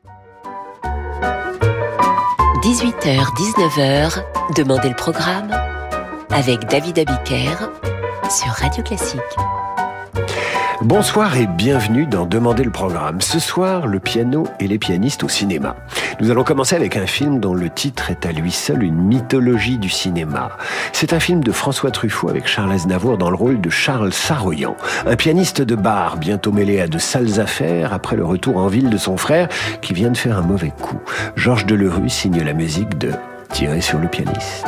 18h-19h, Demandez le programme avec David Abiker sur Radio Classique. Bonsoir et bienvenue dans Demandez le programme. Ce soir, le piano et les pianistes au cinéma. Nous allons commencer avec un film dont le titre est à lui seul une mythologie du cinéma. C'est un film de François Truffaut avec Charles Aznavour dans le rôle de Charles Saroyan, un pianiste de bar bientôt mêlé à de sales affaires après le retour en ville de son frère qui vient de faire un mauvais coup. Georges Delerue signe la musique de Tirer sur le pianiste.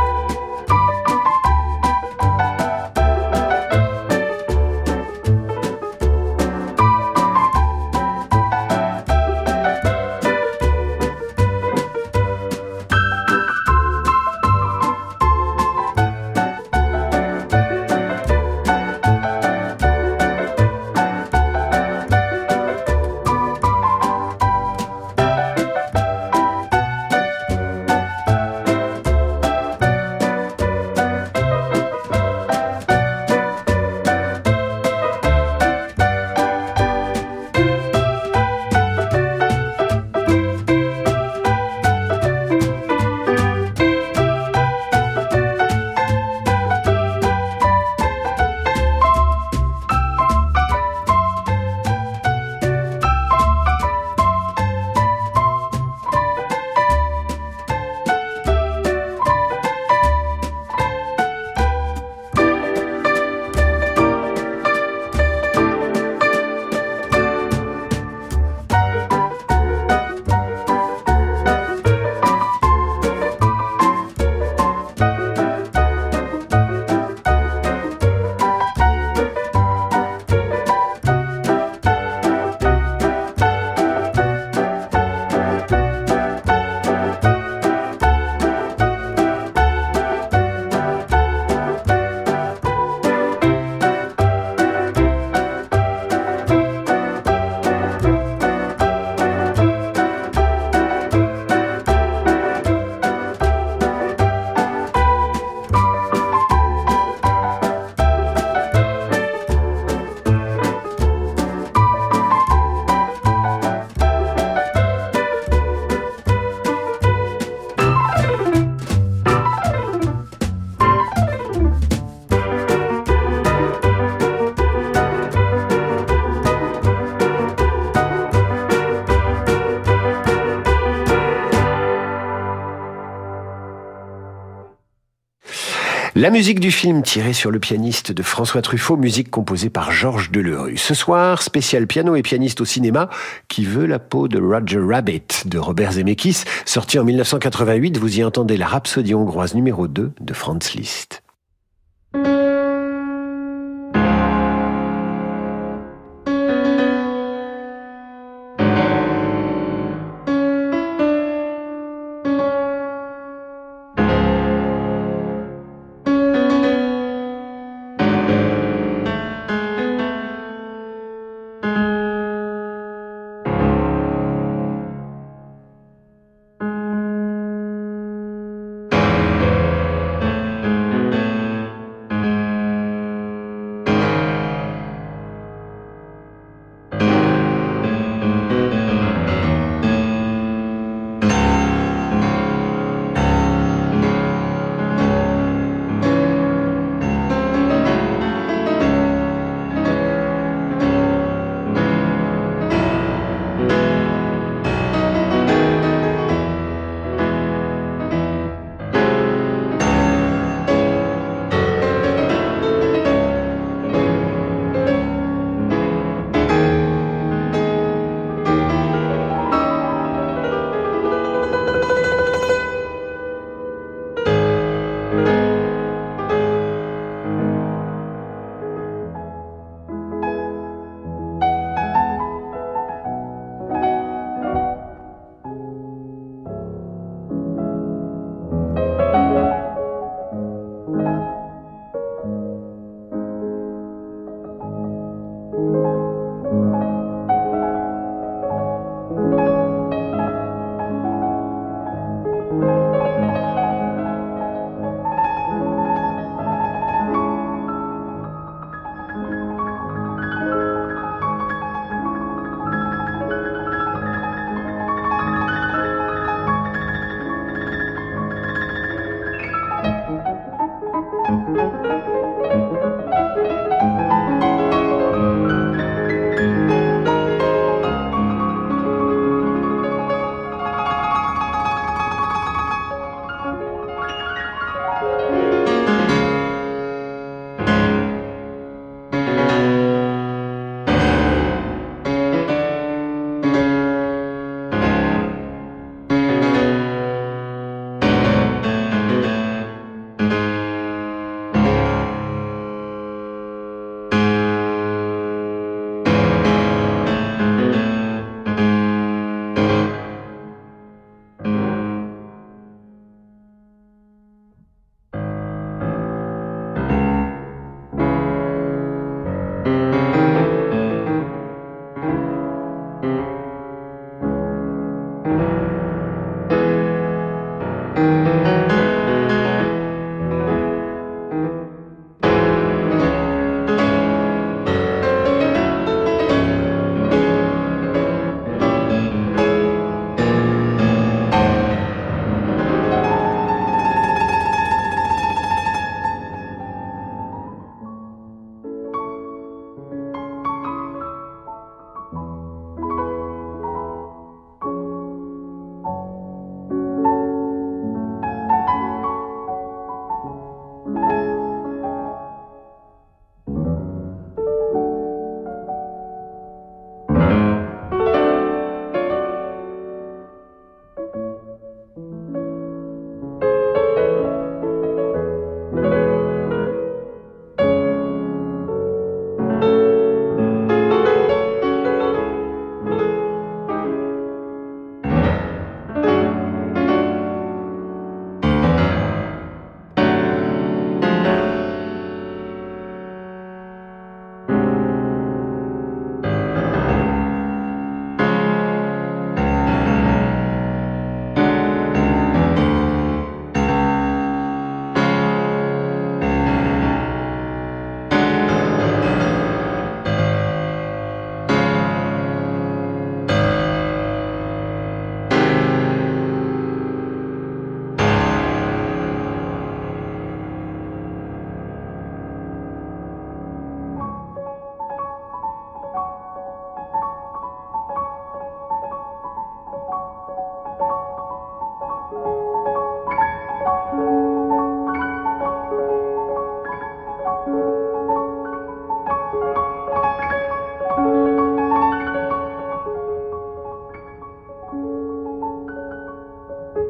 La musique du film tirée sur le pianiste de François Truffaut, musique composée par Georges Delerue. Ce soir, spécial piano et pianiste au cinéma, Qui veut la peau de Roger Rabbit de Robert Zemeckis, sorti en 1988, vous y entendez la Rhapsodie hongroise numéro 2 de Franz Liszt.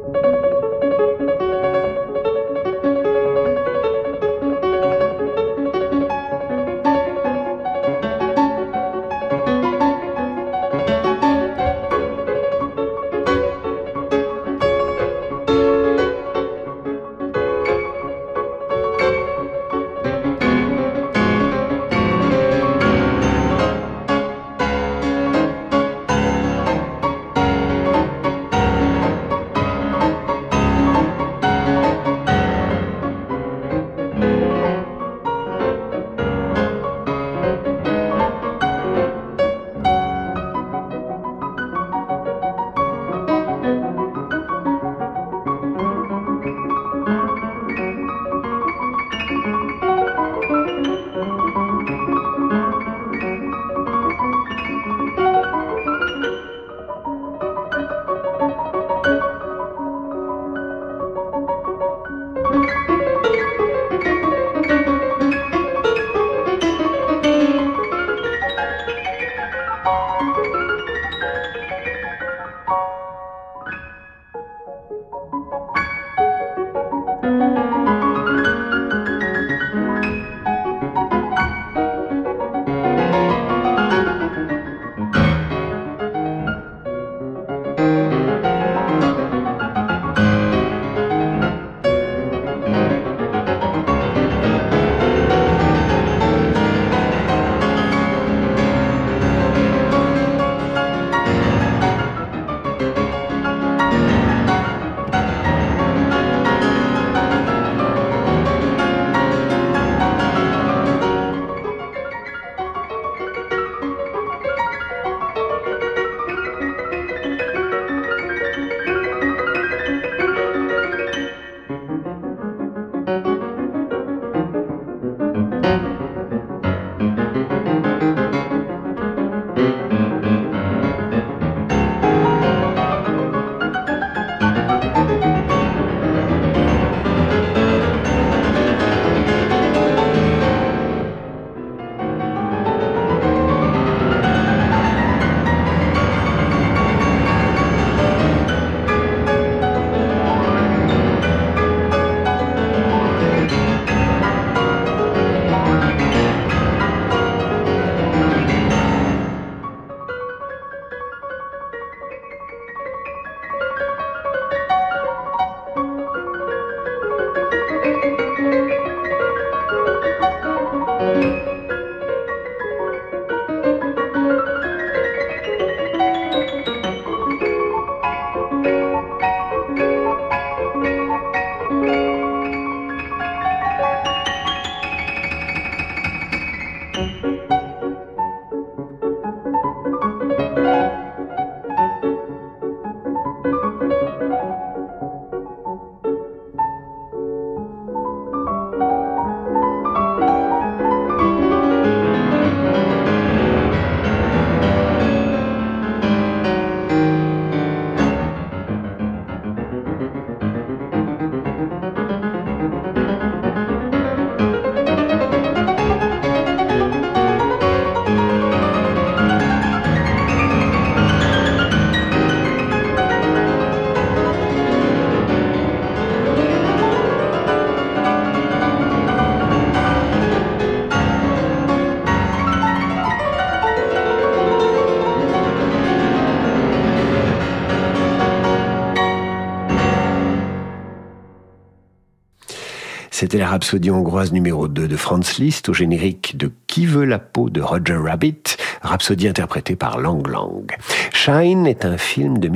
C'était la Rhapsodie hongroise numéro 2 de Franz Liszt au générique de Qui veut la peau de Roger Rabbit, Rhapsodie interprétée par Lang Lang. Shine est un film de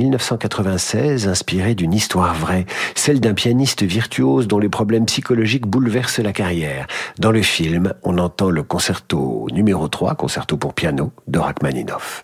1996 inspiré d'une histoire vraie, celle d'un pianiste virtuose dont les problèmes psychologiques bouleversent la carrière. Dans le film, on entend le concerto numéro 3, concerto pour piano de Rachmaninoff.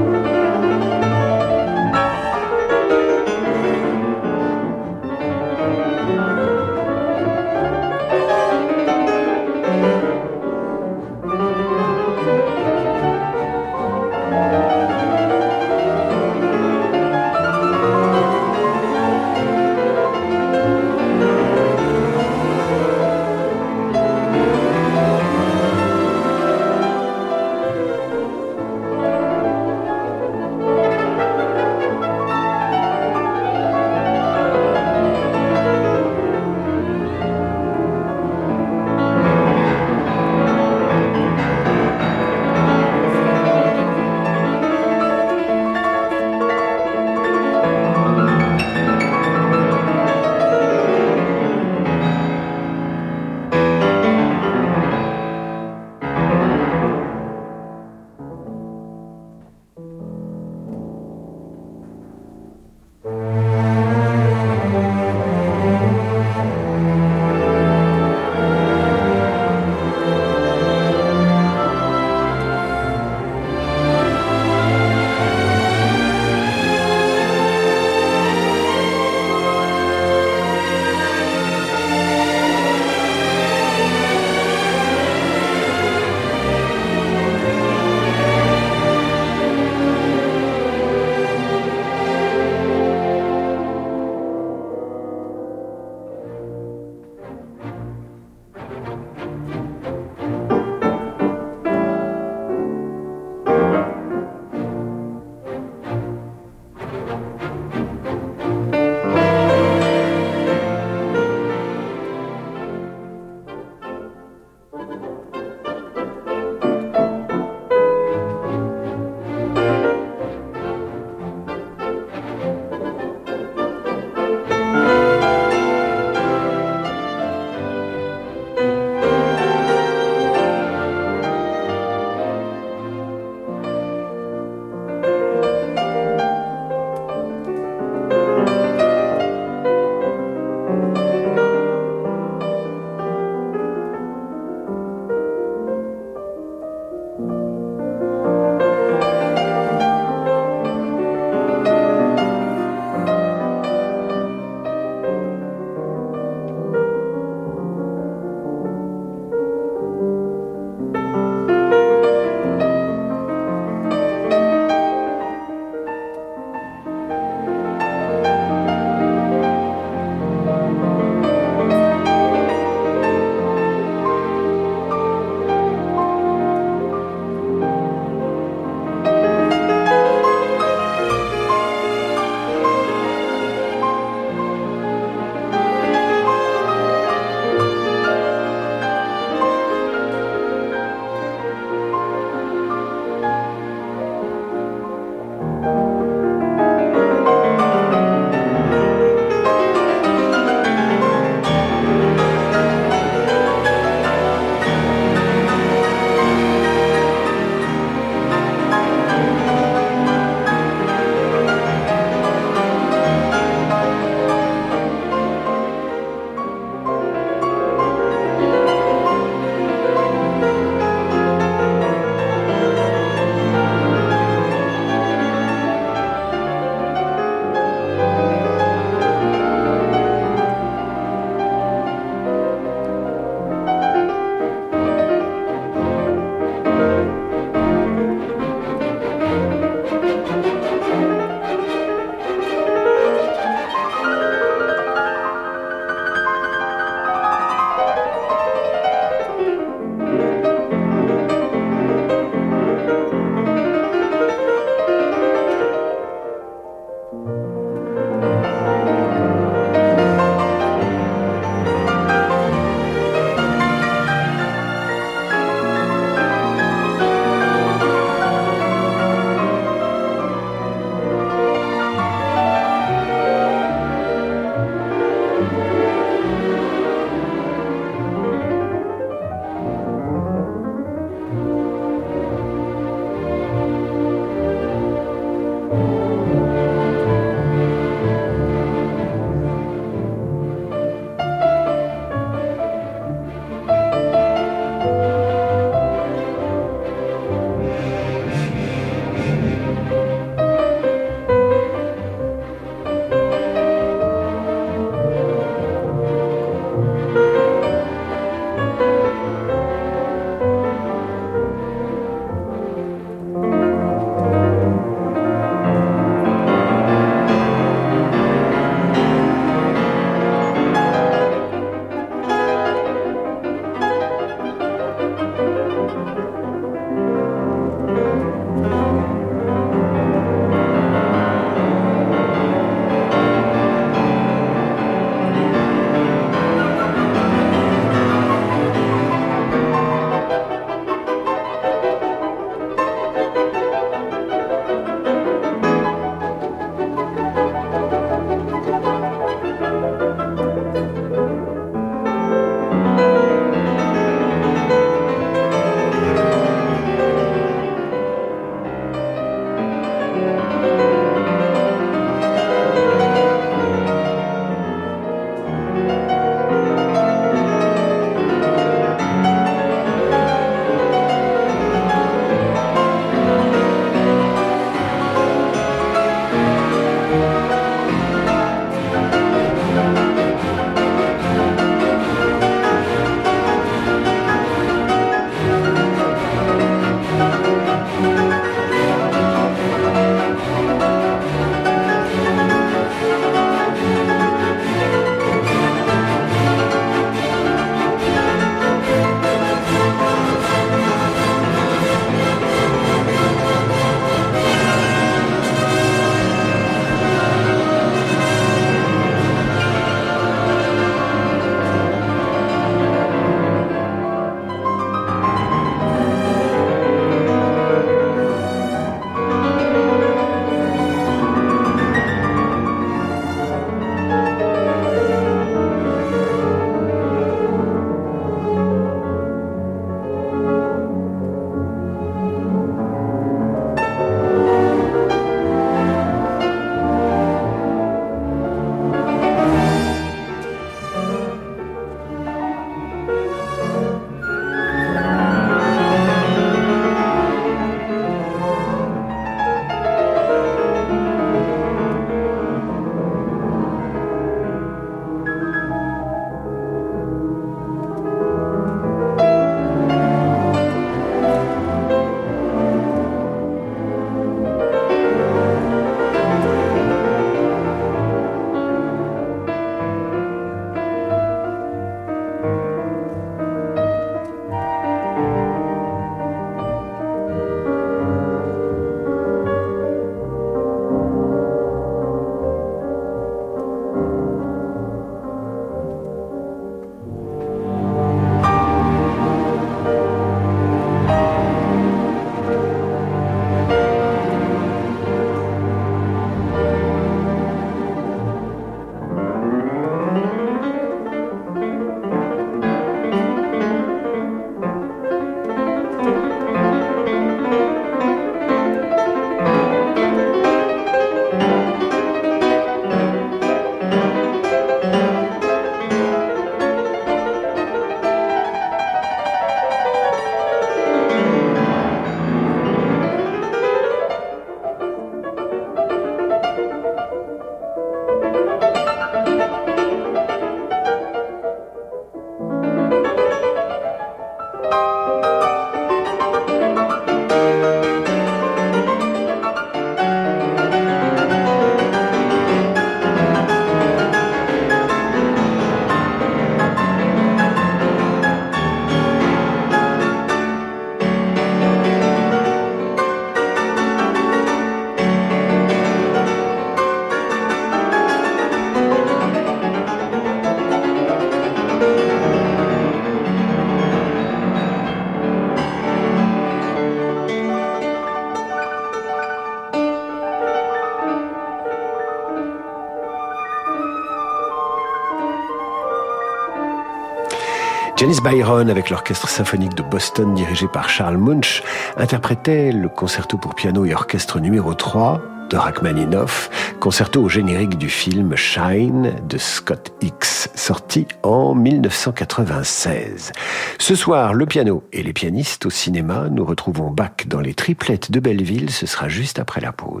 Janis Byron, avec l'Orchestre symphonique de Boston dirigé par Charles Munch, interprétait le concerto pour piano et orchestre numéro 3 de Rachmaninoff, concerto au générique du film Shine de Scott Hicks, sorti en 1996. Ce soir, le piano et les pianistes au cinéma. Nous retrouvons Bach dans les triplettes de Belleville. Ce sera juste après la pause.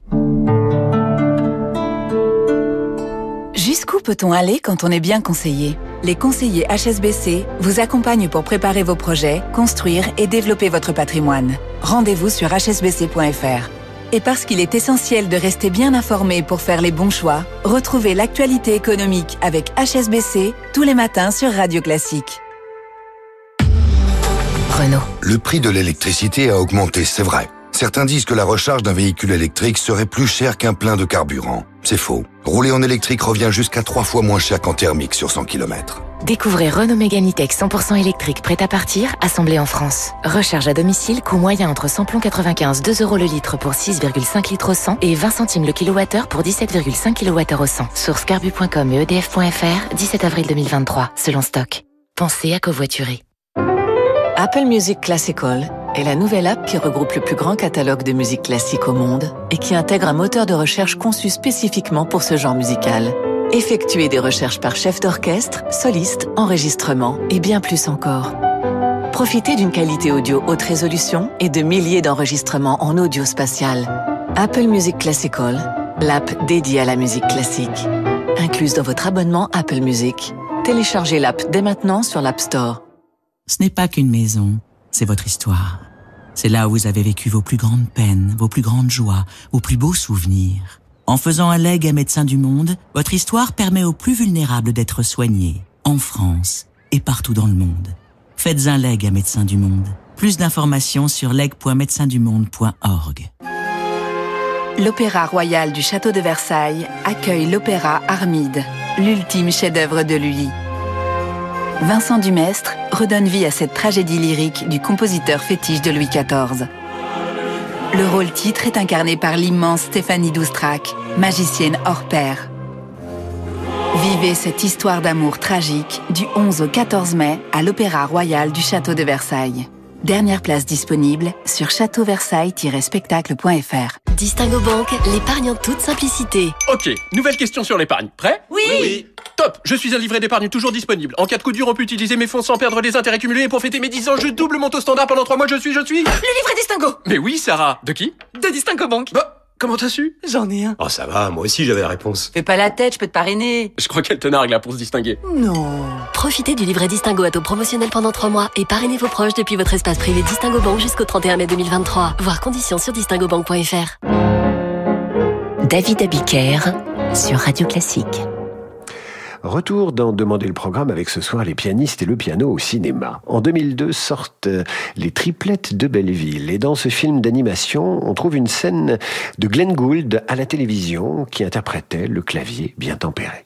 Jusqu'où peut-on aller quand on est bien conseillé ? Les conseillers HSBC vous accompagnent pour préparer vos projets, construire et développer votre patrimoine. Rendez-vous sur hsbc.fr. Et parce qu'il est essentiel de rester bien informé pour faire les bons choix, retrouvez l'actualité économique avec HSBC tous les matins sur Radio Classique. Renault. Le prix de l'électricité a augmenté, c'est vrai. Certains disent que la recharge d'un véhicule électrique serait plus cher qu'un plein de carburant. C'est faux. Rouler en électrique revient jusqu'à 3 fois moins cher qu'en thermique sur 100 km. Découvrez Renault Mégane E-Tech 100% électrique prêt à partir, assemblé en France. Recharge à domicile, coût moyen entre samplon 95, 2 € le litre pour 6,5 litres au 100 et 20 centimes le kilowattheure pour 17,5 kWh au 100. Source carbu.com et edf.fr, 17 avril 2023, selon stock. Pensez à covoiturer. Apple Music Classical est la nouvelle app qui regroupe le plus grand catalogue de musique classique au monde et qui intègre un moteur de recherche conçu spécifiquement pour ce genre musical. Effectuez des recherches par chef d'orchestre, soliste, enregistrement et bien plus encore. Profitez d'une qualité audio haute résolution et de milliers d'enregistrements en audio spatial. Apple Music Classical, l'app dédiée à la musique classique. Incluse dans votre abonnement Apple Music. Téléchargez l'app dès maintenant sur l'App Store. Ce n'est pas qu'une maison, c'est votre histoire. C'est là où vous avez vécu vos plus grandes peines, vos plus grandes joies, vos plus beaux souvenirs. En faisant un legs à Médecins du Monde, votre histoire permet aux plus vulnérables d'être soignés, en France et partout dans le monde. Faites un legs à Médecins du Monde. Plus d'informations sur leg.médecindumonde.org. L'Opéra Royal du Château de Versailles accueille l'opéra Armide, l'ultime chef-d'œuvre de Lully. Vincent Dumestre redonne vie à cette tragédie lyrique du compositeur fétiche de Louis XIV. Le rôle-titre est incarné par l'immense Stéphanie Doustrac, magicienne hors pair. Vivez cette histoire d'amour tragique du 11 au 14 mai à l'Opéra Royal du Château de Versailles. Dernière place disponible sur châteauversailles-spectacle.fr. Distingo Bank, l'épargne en toute simplicité. Ok, nouvelle question sur l'épargne. Prêt ? Oui. Top, je suis un livret d'épargne toujours disponible. En cas de coup dur, on peut utiliser mes fonds sans perdre les intérêts cumulés. Et pour fêter mes 10 ans, je double mon taux standard pendant 3 mois. Je suis... Le livret Distingo. Mais oui, Sarah. De qui ? De Distingo Bank. Bah, comment t'as su ? J'en ai un. Oh ça va, moi aussi j'avais la réponse. Fais pas la tête, je peux te parrainer. Je crois qu'elle te nargue là pour se distinguer. Non. Profitez du livret Distingo à taux promotionnel pendant 3 mois et parrainez vos proches depuis votre espace privé Distingo Bank jusqu'au 31 mai 2023. Voir conditions sur distingobank.fr. David Abiker sur Radio Classique. Retour dans Demander le programme avec ce soir les pianistes et le piano au cinéma. En 2002 sortent les triplettes de Belleville. Et dans ce film d'animation, on trouve une scène de Glenn Gould à la télévision qui interprétait le clavier bien tempéré.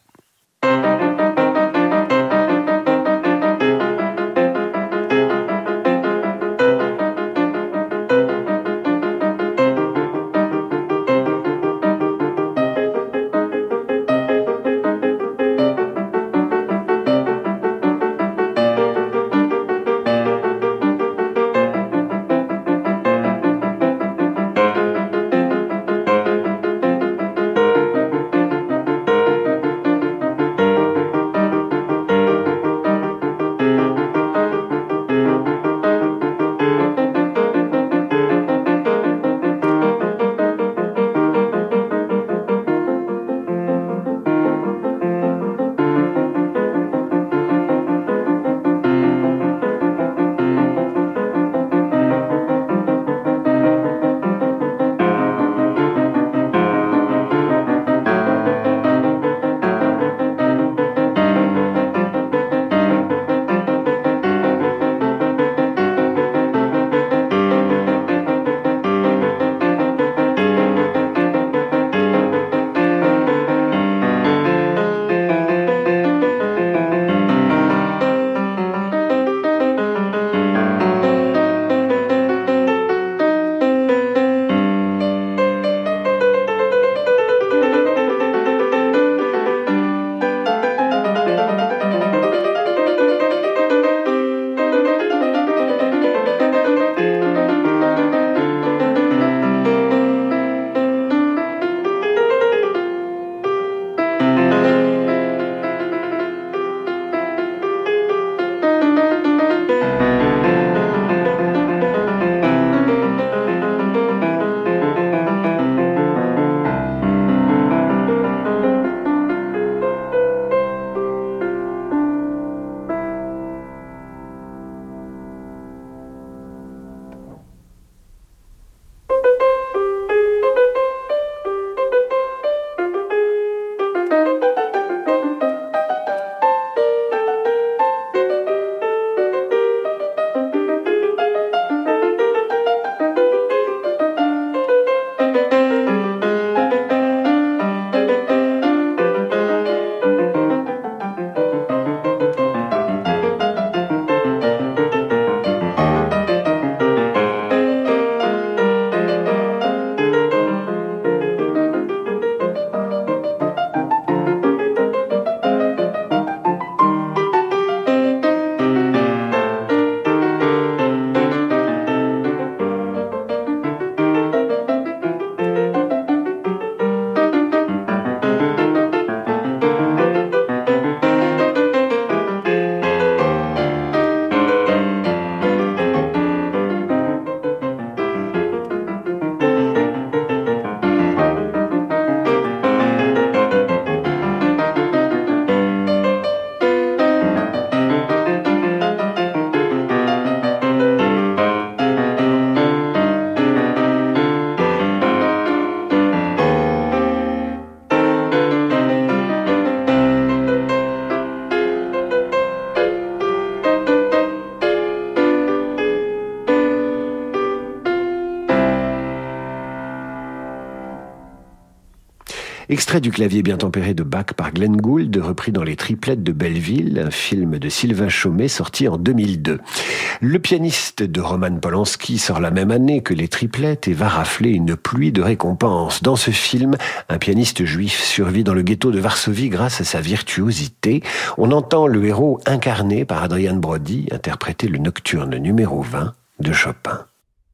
Extrait du clavier bien tempéré de Bach par Glenn Gould, repris dans Les Triplettes de Belleville, un film de Sylvain Chomet sorti en 2002. Le pianiste de Roman Polanski sort la même année que Les Triplettes et va rafler une pluie de récompenses. Dans ce film, un pianiste juif survit dans le ghetto de Varsovie grâce à sa virtuosité. On entend le héros incarné par Adrian Brody interpréter le nocturne numéro 20 de Chopin.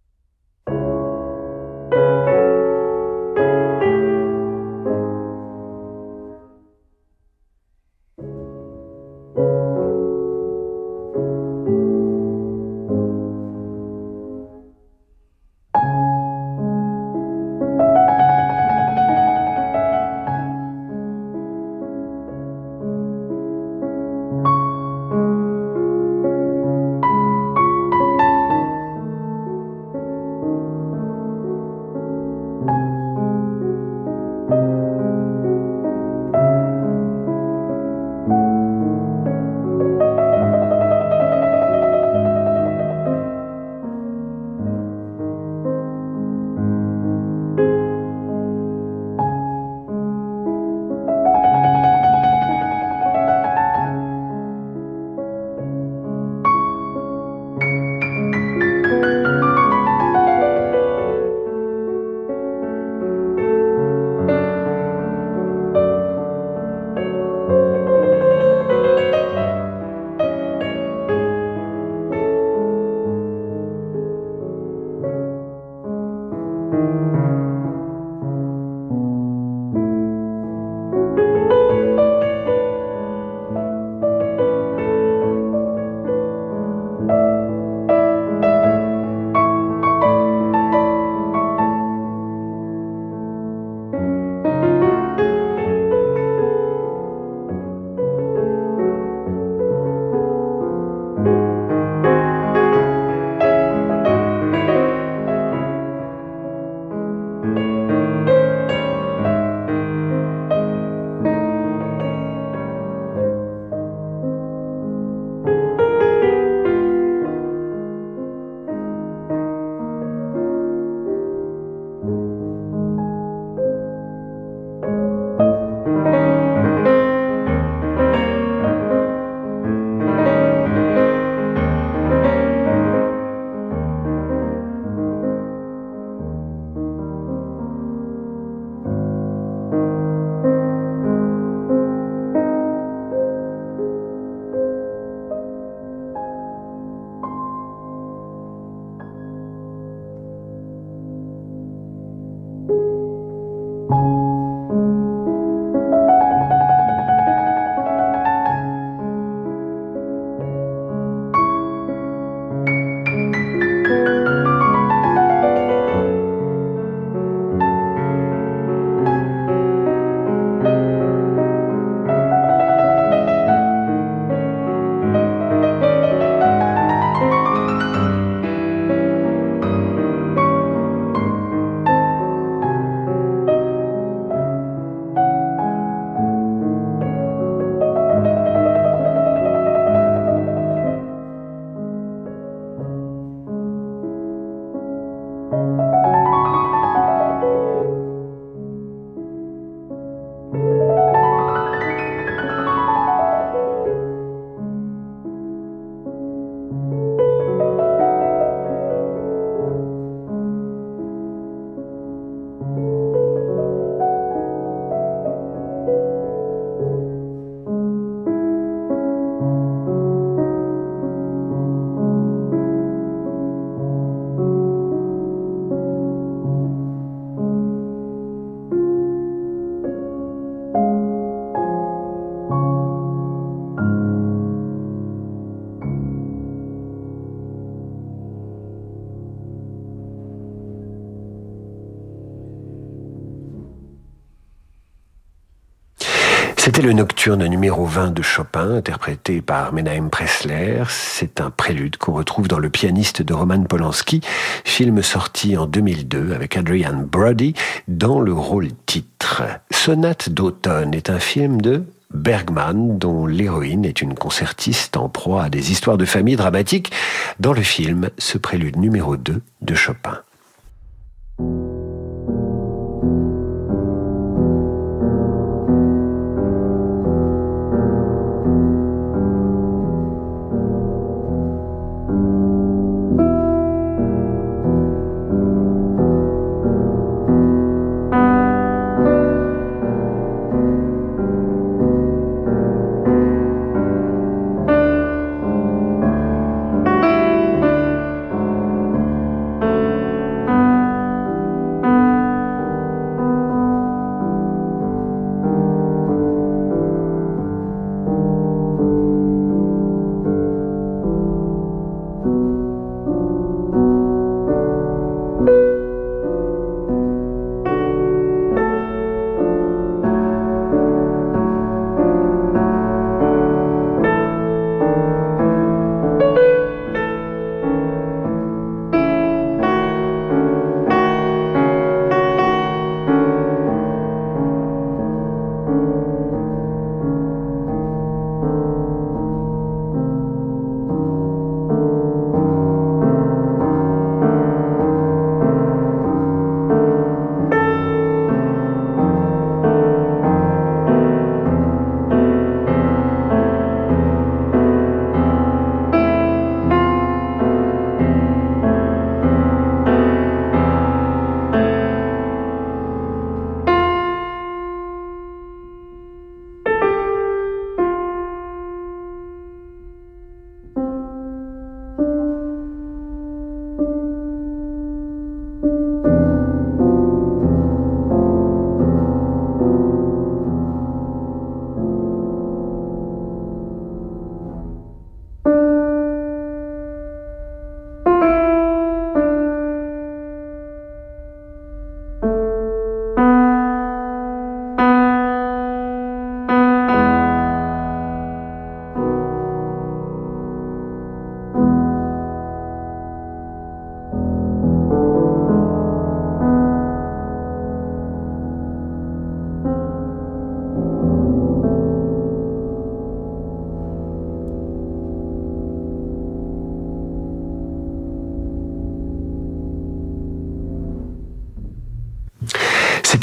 C'était le nocturne numéro 20 de Chopin, interprété par Menahem Pressler. C'est un prélude qu'on retrouve dans Le pianiste de Roman Polanski, film sorti en 2002 avec Adrian Brody dans le rôle titre. Sonate d'automne est un film de Bergman, dont l'héroïne est une concertiste en proie à des histoires de famille dramatiques. Dans le film, ce prélude numéro 2 de Chopin.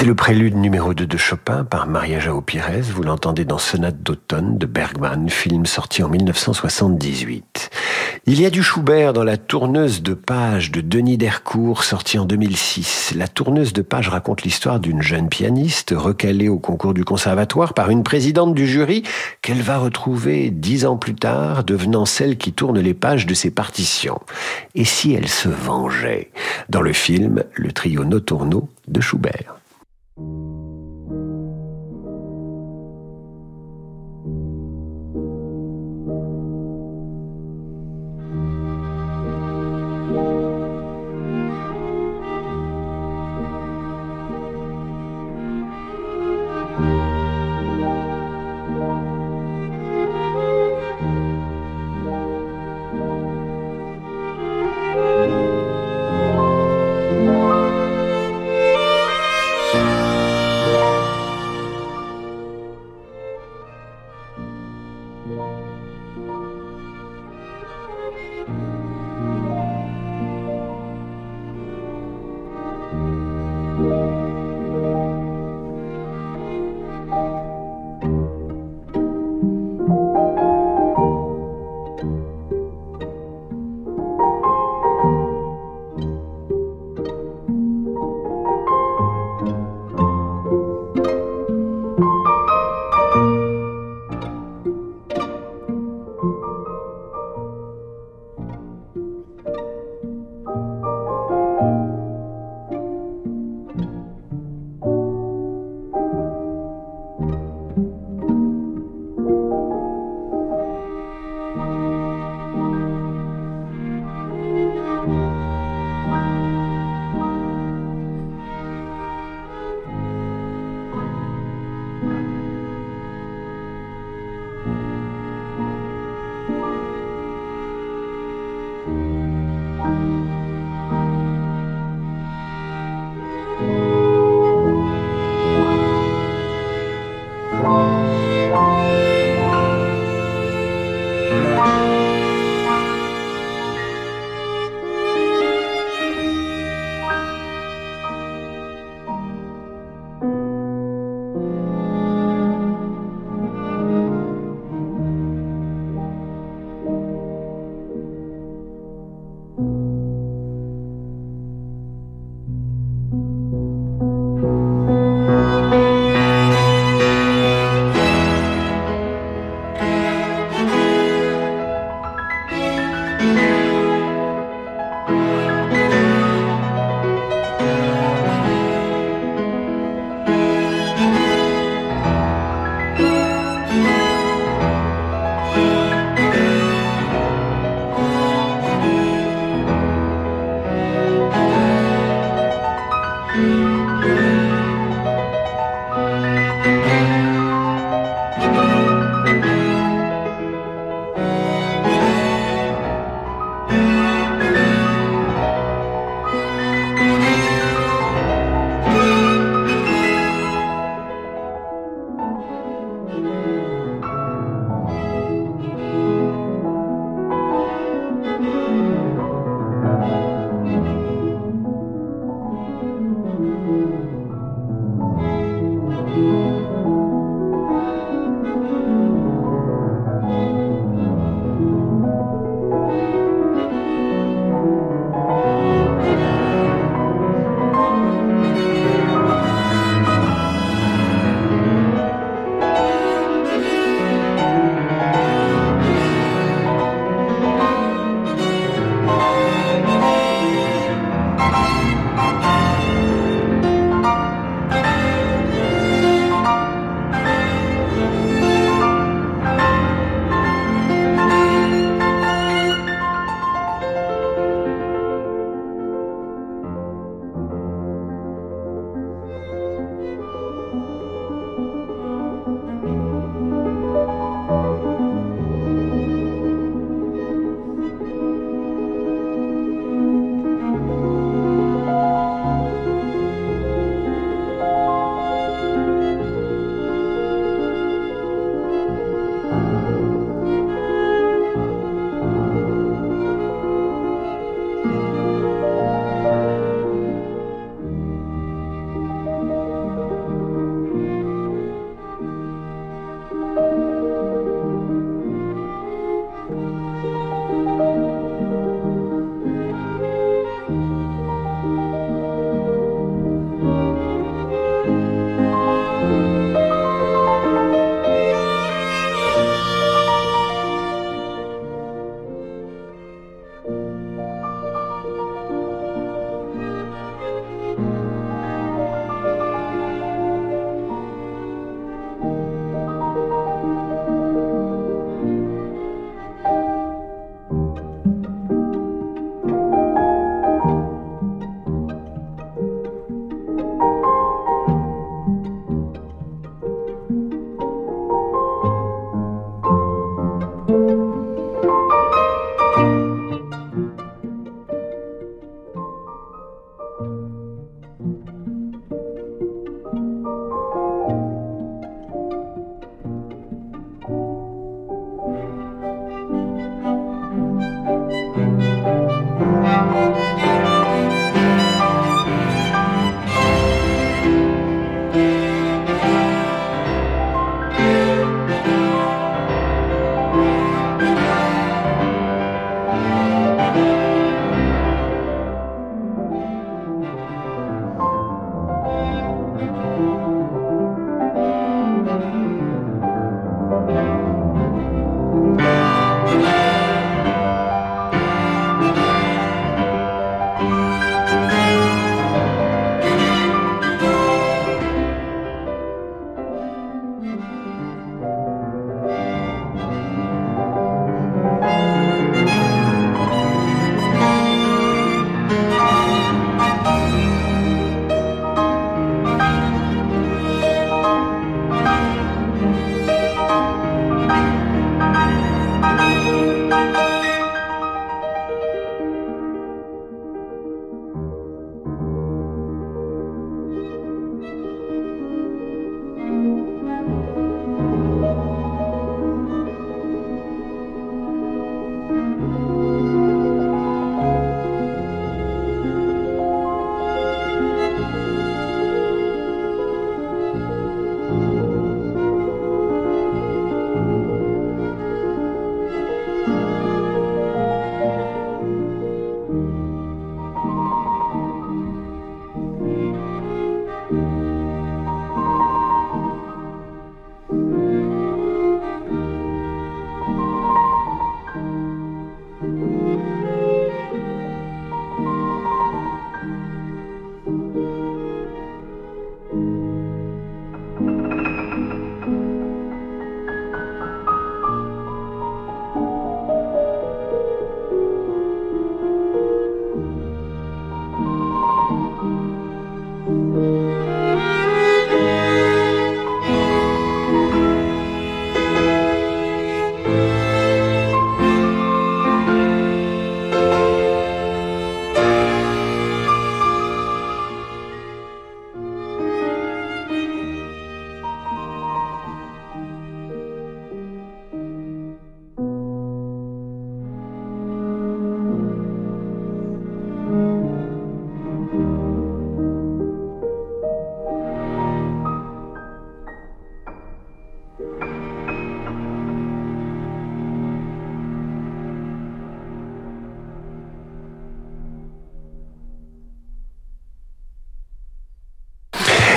le prélude numéro 2 de Chopin par Maria João Pires. Vous l'entendez dans Sonate d'automne de Bergman, film sorti en 1978. Il y a du Schubert dans La tourneuse de page de Denis Dercourt, sorti en 2006. La tourneuse de page raconte l'histoire d'une jeune pianiste recalée au concours du conservatoire par une présidente du jury qu'elle va retrouver 10 ans plus tard, devenant celle qui tourne les pages de ses partitions. Et si elle se vengeait? Dans le film, le trio Noturno de Schubert.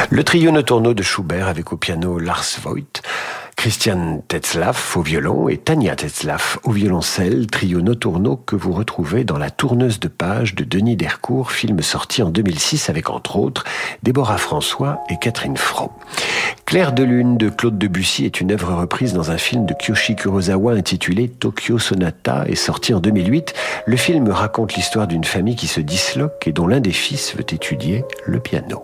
Le trio Notorno de Schubert avec au piano Lars Voigt, Christian Tetzlaff au violon et Tania Tetzlaff au violoncelle, trio Notorno que vous retrouvez dans La tourneuse de page de Denis Dercourt, film sorti en 2006 avec entre autres Déborah François et Catherine Fro. Clair de lune de Claude Debussy est une œuvre reprise dans un film de Kiyoshi Kurosawa intitulé Tokyo Sonata et sorti en 2008. Le film raconte l'histoire d'une famille qui se disloque et dont l'un des fils veut étudier le piano.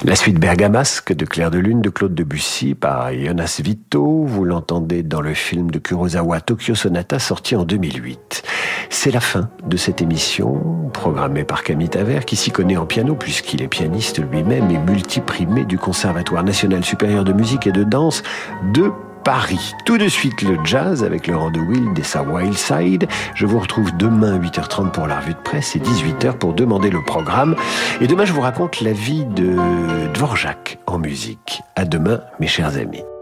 La suite bergamasque de Clair de Lune de Claude Debussy par Jonas Vito, vous l'entendez dans le film de Kurosawa Tokyo Sonata sorti en 2008. C'est la fin de cette émission, programmée par Camille Tavert, qui s'y connaît en piano puisqu'il est pianiste lui-même et multiprimé du Conservatoire national supérieur de musique et de danse de Paris. Tout de suite le jazz avec Laurent de Wild et sa Wild Side. Je vous retrouve demain 8h30 pour la revue de presse et 18h pour demander le programme. Et demain je vous raconte la vie de Dvorak en musique. À demain mes chers amis.